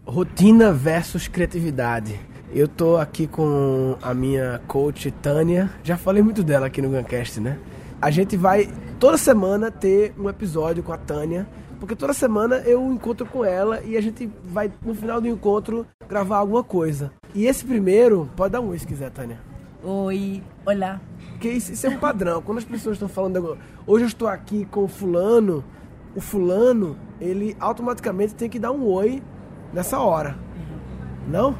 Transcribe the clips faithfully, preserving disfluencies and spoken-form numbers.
Rotina versus criatividade. Eu tô aqui com a minha coach Tânia. Já falei muito dela aqui no Guncast, né? A gente vai toda semana ter um episódio com a Tânia, porque toda semana eu encontro com ela e a gente vai, no final do encontro, gravar alguma coisa. E esse primeiro, pode dar um oi se quiser, Tânia. Oi, olá. Porque isso, isso é um padrão. Quando as pessoas estão falando, hoje eu estou aqui com o fulano, o fulano, ele automaticamente tem que dar um oi nessa hora. Não?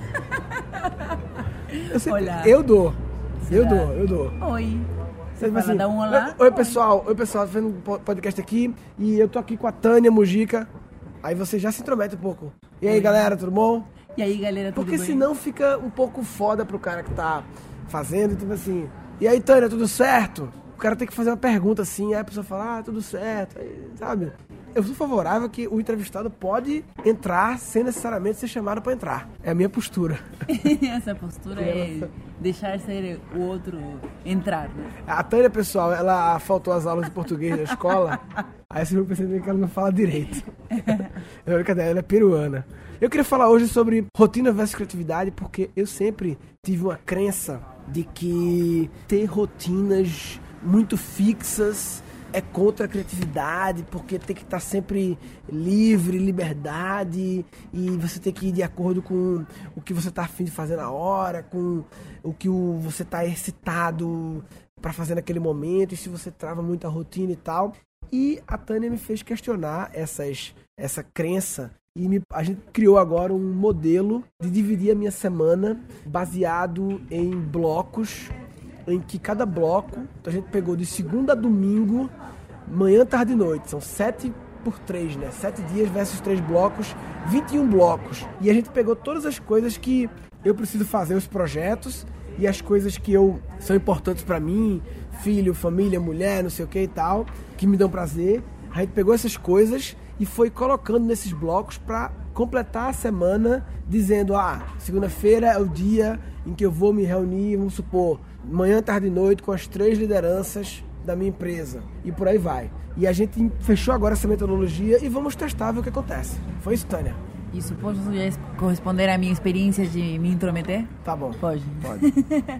Eu, sempre, olá. eu dou. Será? Eu dou, eu dou. Oi. Você fala, assim, dá um olá? Oi, pessoal. Oi, pessoal. Tô fazendo um podcast aqui e eu tô aqui com a Tânia Mujica. Aí você já se intromete um pouco. E aí, oi, galera, tudo bom? E aí, galera, tudo Porque bem? senão fica um pouco foda pro cara que tá fazendo, tipo assim... E aí, Tânia, tudo certo? O cara tem que fazer uma pergunta assim, aí a pessoa fala, ah, tudo certo, aí, sabe? Eu sou favorável que o entrevistado pode entrar sem necessariamente ser chamado para entrar. É a minha postura. Essa postura é deixar ser o outro entrar, né? A Tânia, pessoal, ela faltou as aulas de português da escola, aí vocês vão perceber que ela não fala direito. É brincadeira, ela é peruana. Eu queria falar hoje sobre rotina versus criatividade, porque eu sempre tive uma crença de que ter rotinas muito fixas é contra a criatividade, porque tem que estar sempre livre, liberdade, e você tem que ir de acordo com o que você está a fim de fazer na hora, com o que o, você está excitado para fazer naquele momento, e se você trava muita rotina e tal. E a Tânia me fez questionar essas, essa crença, e me, a gente criou agora um modelo de dividir a minha semana baseado em blocos, em que cada bloco, então a gente pegou de segunda a domingo, manhã, tarde e noite, são sete por três, né? Sete dias versus três blocos, vinte e um blocos. E a gente pegou todas as coisas que eu preciso fazer, os projetos, e as coisas que eu, são importantes pra mim, filho, família, mulher, não sei o que e tal, que me dão prazer. A gente pegou essas coisas e foi colocando nesses blocos pra completar a semana, dizendo, ah, segunda-feira é o dia em que eu vou me reunir, vamos supor, manhã, tarde e noite com as três lideranças da minha empresa. E por aí vai. E a gente fechou agora essa metodologia e vamos testar, ver o que acontece. Foi isso, Tânia? Isso pode corresponder à minha experiência de me intrometer? Tá bom. Pode. Pode.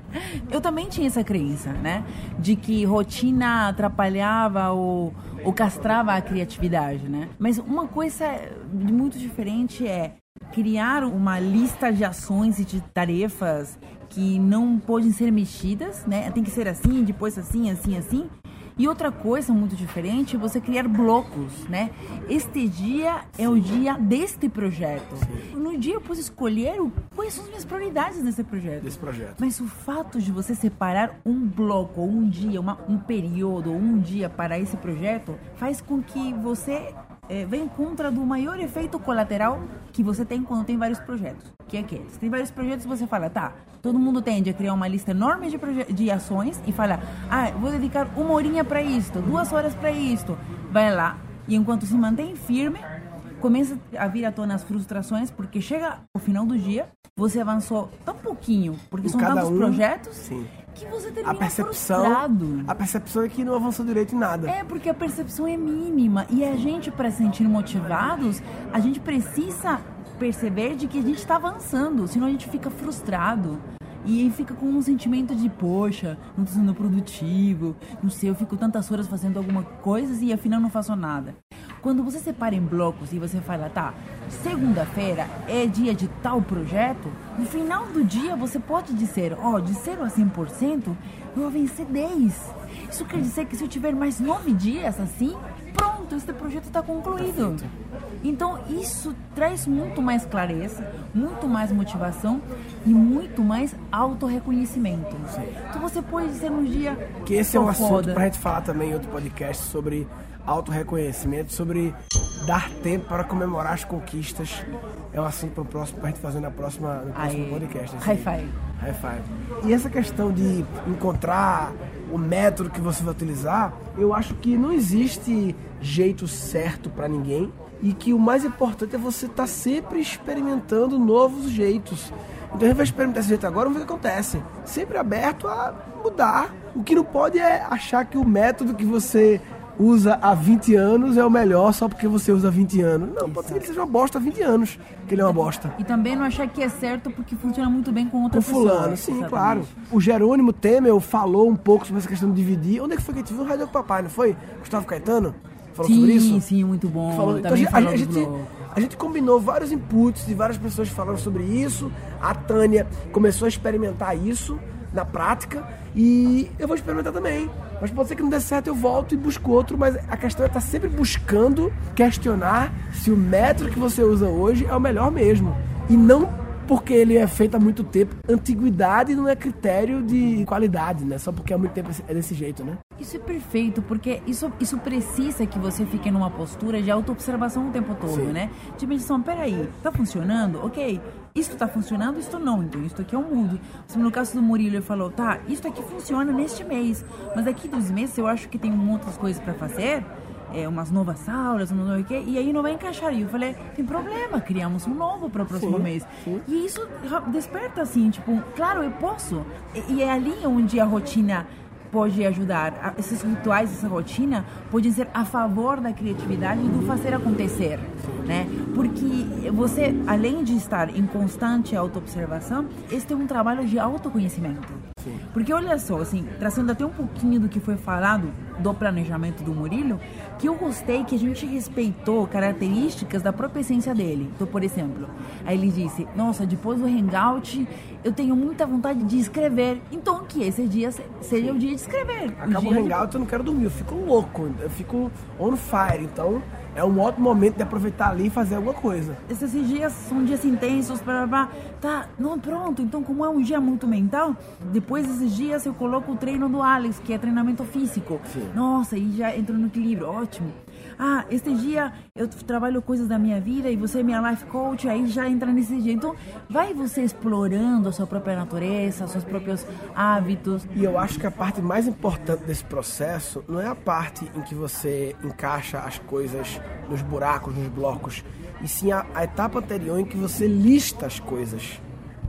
Eu também tinha essa crença, né? De que rotina atrapalhava ou, ou castrava a criatividade, né? Mas uma coisa muito diferente é criar uma lista de ações e de tarefas que não podem ser mexidas, né? Tem que ser assim, depois assim, assim, assim. E outra coisa muito diferente é você criar blocos, né? Este dia é o dia deste projeto. Sim. No dia eu posso escolher o, quais são as minhas prioridades nesse projeto. Desse projeto. Mas o fato de você separar um bloco, ou um dia, uma, um período, ou um dia para esse projeto, faz com que você é, venha contra do maior efeito colateral que você tem quando tem vários projetos. Que é que se tem vários projetos, você fala, tá, todo mundo tende a criar uma lista enorme de, proje- de ações e fala, ah, vou dedicar uma horinha para isto, duas horas para isto. Vai lá, e enquanto se mantém firme, começa a vir à tona as frustrações, porque chega o final do dia, você avançou tão pouquinho, porque em são tantos um, projetos, sim, que você termina a percepção, frustrado. A percepção é que não avançou direito em nada. É, porque a percepção é mínima. E a gente, para se sentir motivados, a gente precisa perceber de que a gente está avançando, senão a gente fica frustrado. E aí fica com um sentimento de, poxa, não estou sendo produtivo, não sei, eu fico tantas horas fazendo alguma coisa e afinal não faço nada. Quando você separa em blocos e você fala, tá, segunda-feira é dia de tal projeto, no final do dia você pode dizer, ó, oh, de zero a cem por cento, eu vou vencer dez. Isso quer dizer que se eu tiver mais nove dias assim, pronto, este projeto está concluído. Então isso traz muito mais clareza, muito mais motivação e muito mais autorreconhecimento. Então você pode dizer um dia... Que esse é um assunto pra gente falar também em outro podcast sobre autorreconhecimento, sobre dar tempo para comemorar as conquistas. É um assunto para o próximo, pra gente fazer na próxima, no próximo Aê. podcast. Assim. High five. High five. E essa questão de encontrar o método que você vai utilizar, eu acho que não existe jeito certo para ninguém e que o mais importante é você estar tá sempre experimentando novos jeitos. Então a gente vai experimentar esse jeito agora, vamos ver o que acontece. Sempre aberto a mudar. O que não pode é achar que o método que você usa há vinte anos é o melhor só porque você usa há vinte anos. Não, pode ser que ele seja uma bosta há vinte anos, que ele é uma bosta. E também não achar que é certo porque funciona muito bem com outra com fulano, pessoa. sim, exatamente. Claro. O Jerônimo Temel falou um pouco sobre essa questão de dividir. Onde é que foi que a gente viu? No Rádio do Papai, não foi? Gustavo Caetano falou sim, sobre isso? Sim, sim, muito bom. Falou, então, também a, falou a, gente, a gente combinou vários inputs de várias pessoas falando sobre isso. A Tânia começou a experimentar isso na prática e eu vou experimentar também. Mas pode ser que não dê certo, eu volto e busco outro, mas a questão é estar sempre buscando questionar se o método que você usa hoje é o melhor mesmo. E não porque ele é feito há muito tempo. Antiguidade não é critério de qualidade, né? Só porque há muito tempo é desse jeito, né? Isso é perfeito, porque isso, isso precisa que você fique numa postura de auto-observação o tempo todo, Sim. né? De medição, peraí, tá funcionando? Ok, isto tá funcionando, isto não, então isto aqui eu mudo. No caso do Murilo, ele falou, tá, isto aqui funciona neste mês, mas daqui dos meses eu acho que tem muitas coisas para fazer, é, umas novas aulas, não sei o quê, e aí não vai encaixar. E eu falei, tem problema, criamos um novo para o próximo sim, mês. Sim. E isso desperta assim, tipo, claro, eu posso. E, e é ali onde a rotina pode ajudar. Esses rituais, essa rotina, podem ser a favor da criatividade e do fazer acontecer, né? Porque você, além de estar em constante auto-observação, este é um trabalho de autoconhecimento. Sim. Porque olha só, assim, trazendo até um pouquinho do que foi falado do planejamento do Murilo, que eu gostei que a gente respeitou características da própria essência dele. Então, por exemplo, aí ele disse, nossa, depois do hangout, eu tenho muita vontade de escrever. Então, que esse dia seja o dia de escrever. Acaba o, o hangout, de... eu não quero dormir, eu fico louco, eu fico on fire. Então, é um ótimo momento de aproveitar ali e fazer alguma coisa. Esses dias são dias intensos, blá, blá, blá. Tá, não, pronto. Então, como é um dia muito mental, depois desses dias eu coloco o treino do Alex, que é treinamento físico. Sim. Nossa, aí já entro no equilíbrio, ótimo. Ah, este dia eu trabalho coisas da minha vida e você é minha life coach, aí já entra nesse dia. Então, vai você explorando a sua própria natureza, seus próprios hábitos. E eu acho que a parte mais importante desse processo não é a parte em que você encaixa as coisas nos buracos, nos blocos, e sim a, a etapa anterior em que você lista as coisas.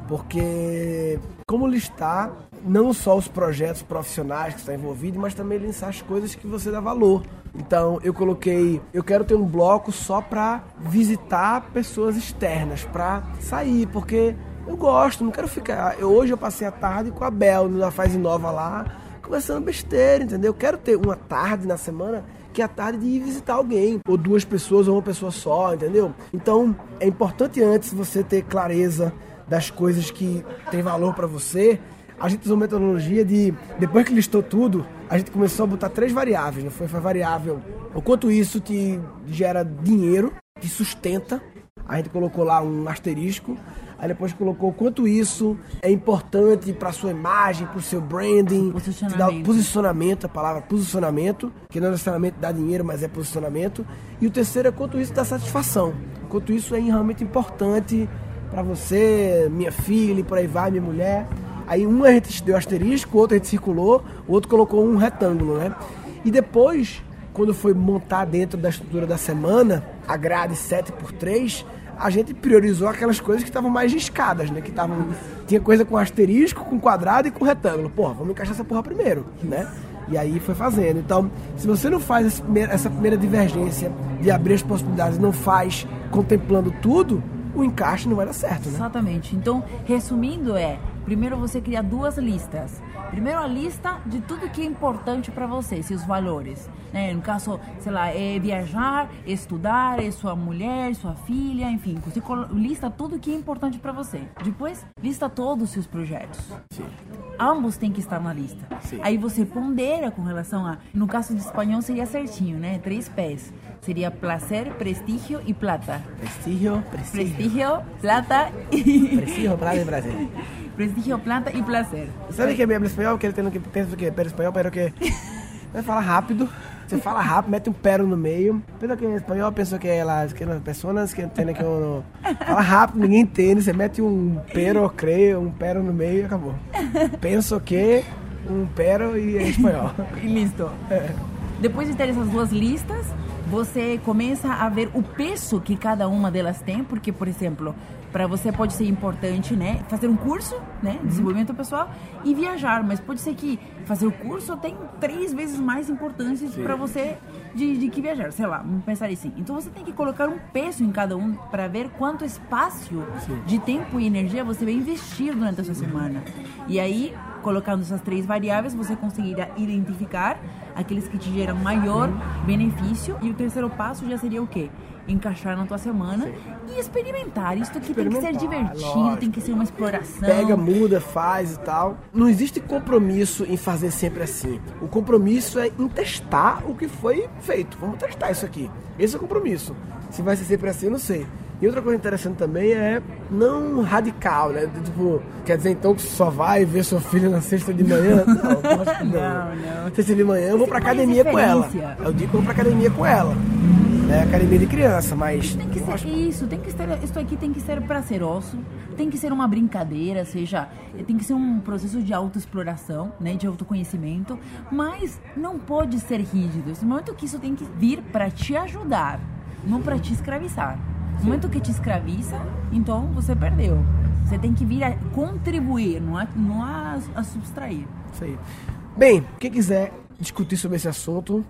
Porque como listar não só os projetos profissionais que você está envolvido, mas também listar as coisas que você dá valor. Então eu coloquei, eu quero ter um bloco só para visitar pessoas externas, para sair, porque eu gosto, não quero ficar... Eu, hoje eu passei a tarde com a Bel, na Faz Inova lá, conversando besteira, entendeu? Eu quero ter uma tarde na semana que é a tarde de ir visitar alguém, ou duas pessoas, ou uma pessoa só, entendeu? Então é importante antes você ter clareza das coisas que tem valor para você. A gente usou metodologia de, depois que listou tudo, a gente começou a botar três variáveis, não foi? Foi a variável, o quanto isso te gera dinheiro, te sustenta, a gente colocou lá um asterisco, aí depois colocou o quanto isso é importante para sua imagem, para o seu branding, te dá o posicionamento, a palavra posicionamento, que não necessariamente dá dinheiro, mas é posicionamento, e o terceiro é quanto isso dá satisfação, quanto isso é realmente importante para você, minha filha, e por aí vai, minha mulher. Aí um a gente deu asterisco, o outro a gente circulou, o outro colocou um retângulo, né? E depois, quando foi montar dentro da estrutura da semana, a grade sete por três, a gente priorizou aquelas coisas que estavam mais riscadas, né? Que estavam... Tinha coisa com asterisco, com quadrado e com retângulo. Porra, vamos encaixar essa porra primeiro, né? E aí foi fazendo. Então, se você não faz essa primeira, essa primeira divergência de abrir as possibilidades, não faz contemplando tudo, o encaixe não vai dar certo, né? Exatamente. Então, resumindo, é... Primeiro você cria duas listas. Primeiro a lista de tudo que é importante para você, seus valores. Né? No caso, sei lá, é viajar, é estudar, é sua mulher, sua filha, enfim. Você lista tudo que é importante para você. Depois, lista todos os seus projetos. Sim. Ambos têm que estar na lista. Sim. Aí você pondera com relação a... No caso de espanhol seria certinho, né? Três pés. Seria placer, prestígio e plata. Prestígio, prestígio. Prestígio, plata e... Prestígio, plata e prazer. Prestígio, plata e placer. Sabe que é mesmo espanhol? Que ele tem que pensa o quê? Pero espanhol, pero que... Você fala rápido. Você fala rápido, mete um pero no meio. Pensa que em espanhol, pensa que as, que as pessoas que tem que uno... Fala rápido, ninguém entende. Você mete um pero, creio, um pero no meio e acabou. Penso que, um pero e é espanhol. E listo. É. Depois de ter essas duas listas, você começa a ver o peso que cada uma delas tem, porque, por exemplo, para você pode ser importante, né, fazer um curso, né, desenvolvimento pessoal e viajar, mas pode ser que fazer o curso tem três vezes mais importância para você de, de que viajar, sei lá, vamos pensar assim. Então você tem que colocar um peso em cada um para ver quanto espaço Sim. de tempo e energia você vai investir durante a sua semana. E aí, colocando essas três variáveis, você conseguirá identificar aqueles que te geram maior benefício. E o terceiro passo já seria o quê? Encaixar na tua semana Sim. e experimentar. Isso aqui tem que ser divertido, lógico. Tem que ser uma exploração. Pega, muda, faz e tal. Não existe compromisso em fazer sempre assim. O compromisso é em testar o que foi feito. Vamos testar isso aqui. Esse é o compromisso. Se vai ser sempre assim, eu não sei. E outra coisa interessante também é não radical, né? Tipo, quer dizer então que só vai ver sua filha na sexta de manhã? Não, acho que não. não, não. Sexta de manhã eu vou pra academia com ela. É o dia que eu vou pra academia com ela. É academia de criança, mas... Tem que ser acho... isso, tem que ser, isso aqui tem que ser prazeroso, tem que ser uma brincadeira, seja, tem que ser um processo de autoexploração, né, de autoconhecimento, mas não pode ser rígido. No momento que isso tem que vir para te ajudar, não para te escravizar. No momento que te escraviza, então você perdeu. Você tem que vir a contribuir, não a, não a, a subtrair. Isso aí. Bem, quem quiser discutir sobre esse assunto,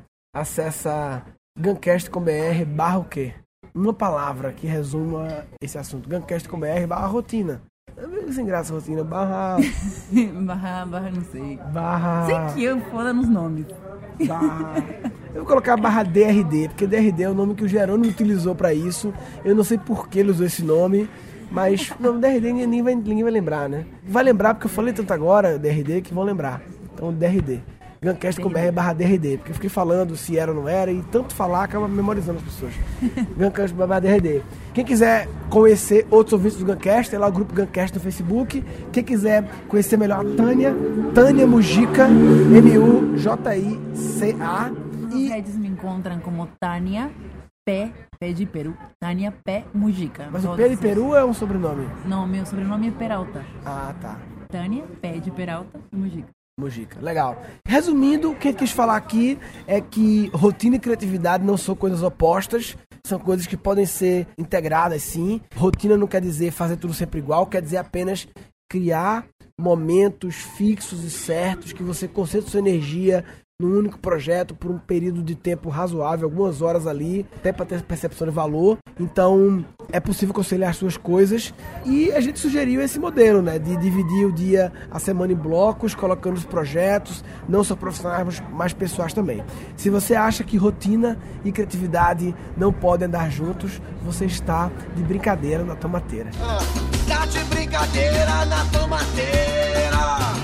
acessa Guncast com br barra o quê? Uma palavra que resuma esse assunto. Guncast com br barra rotina. É meio sem graça rotina. Barra... barra... Barra não sei. Barra... Sei que eu foda nos nomes. Barra... Eu vou colocar barra D R D, porque D R D é o nome que o Jerônimo utilizou pra isso. Eu não sei por que ele usou esse nome, mas o nome D R D ninguém vai, ninguém vai lembrar, né? Vai lembrar porque eu falei tanto agora, D R D, que vão lembrar. Então, D R D. Guncast com br barra D R D, porque eu fiquei falando se era ou não era, e tanto falar acaba memorizando as pessoas. Guncast barra D R D. Quem quiser conhecer outros ouvintes do Guncast, tem lá o grupo Guncast no Facebook. Quem quiser conhecer melhor a Tânia, Tânia Mujica, M U J I C A. E eles me encontram como Tânia Pé, Pé de Peru, Tânia Pé Mujica. Mas o Pé de Peru é um sobrenome? Não, meu sobrenome é Peralta. Ah, tá. Tânia Pé de Peralta e Mujica. Mujica, legal. Resumindo, o que eu quis falar aqui é que rotina e criatividade não são coisas opostas, são coisas que podem ser integradas, sim. Rotina não quer dizer fazer tudo sempre igual, quer dizer apenas criar momentos fixos e certos que você concentre sua energia num único projeto por um período de tempo razoável, algumas horas ali, até para ter percepção de valor. Então, é possível conciliar as suas coisas. E a gente sugeriu esse modelo, né, de dividir o dia, a semana em blocos, colocando os projetos, não só profissionais, mas pessoais também. Se você acha que rotina e criatividade não podem andar juntos, você está de brincadeira na tomateira. Ah, tá de brincadeira na tomateira.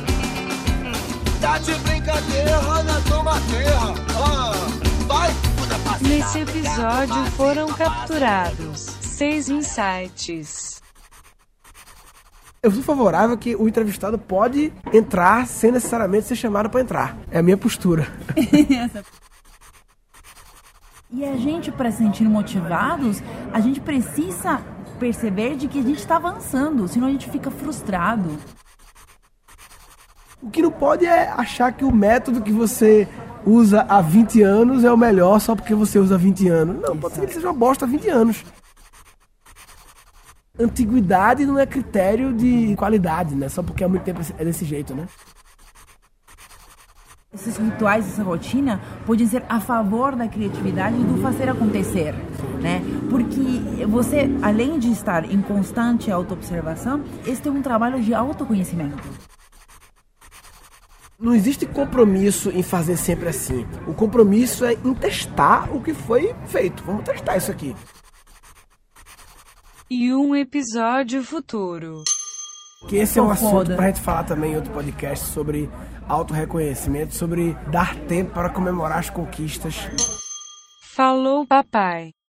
Tá de brincadeira na tomateira. Ah, vai. Nesse episódio foram capturados seis insights. Eu sou favorável que o entrevistado pode entrar sem necessariamente ser chamado para entrar. É a minha postura. E a gente, para se sentir motivados, a gente precisa perceber de que a gente está avançando, senão a gente fica frustrado. O que não pode é achar que o método que você usa há vinte anos é o melhor só porque você usa há vinte anos. Não, pode ser que ele seja uma bosta há vinte anos. Antiguidade não é critério de qualidade, né? Só porque há muito tempo é desse jeito, né? Esses rituais, essa rotina, podem ser a favor da criatividade e do fazer acontecer, né? Porque você, além de estar em constante autoobservação, esse é um trabalho de autoconhecimento. Não existe compromisso em fazer sempre assim. O compromisso é em testar o que foi feito. Vamos testar isso aqui. E um episódio futuro. Que esse é um assunto pra gente falar também em outro podcast sobre autorreconhecimento, sobre dar tempo para comemorar as conquistas. Falou, papai.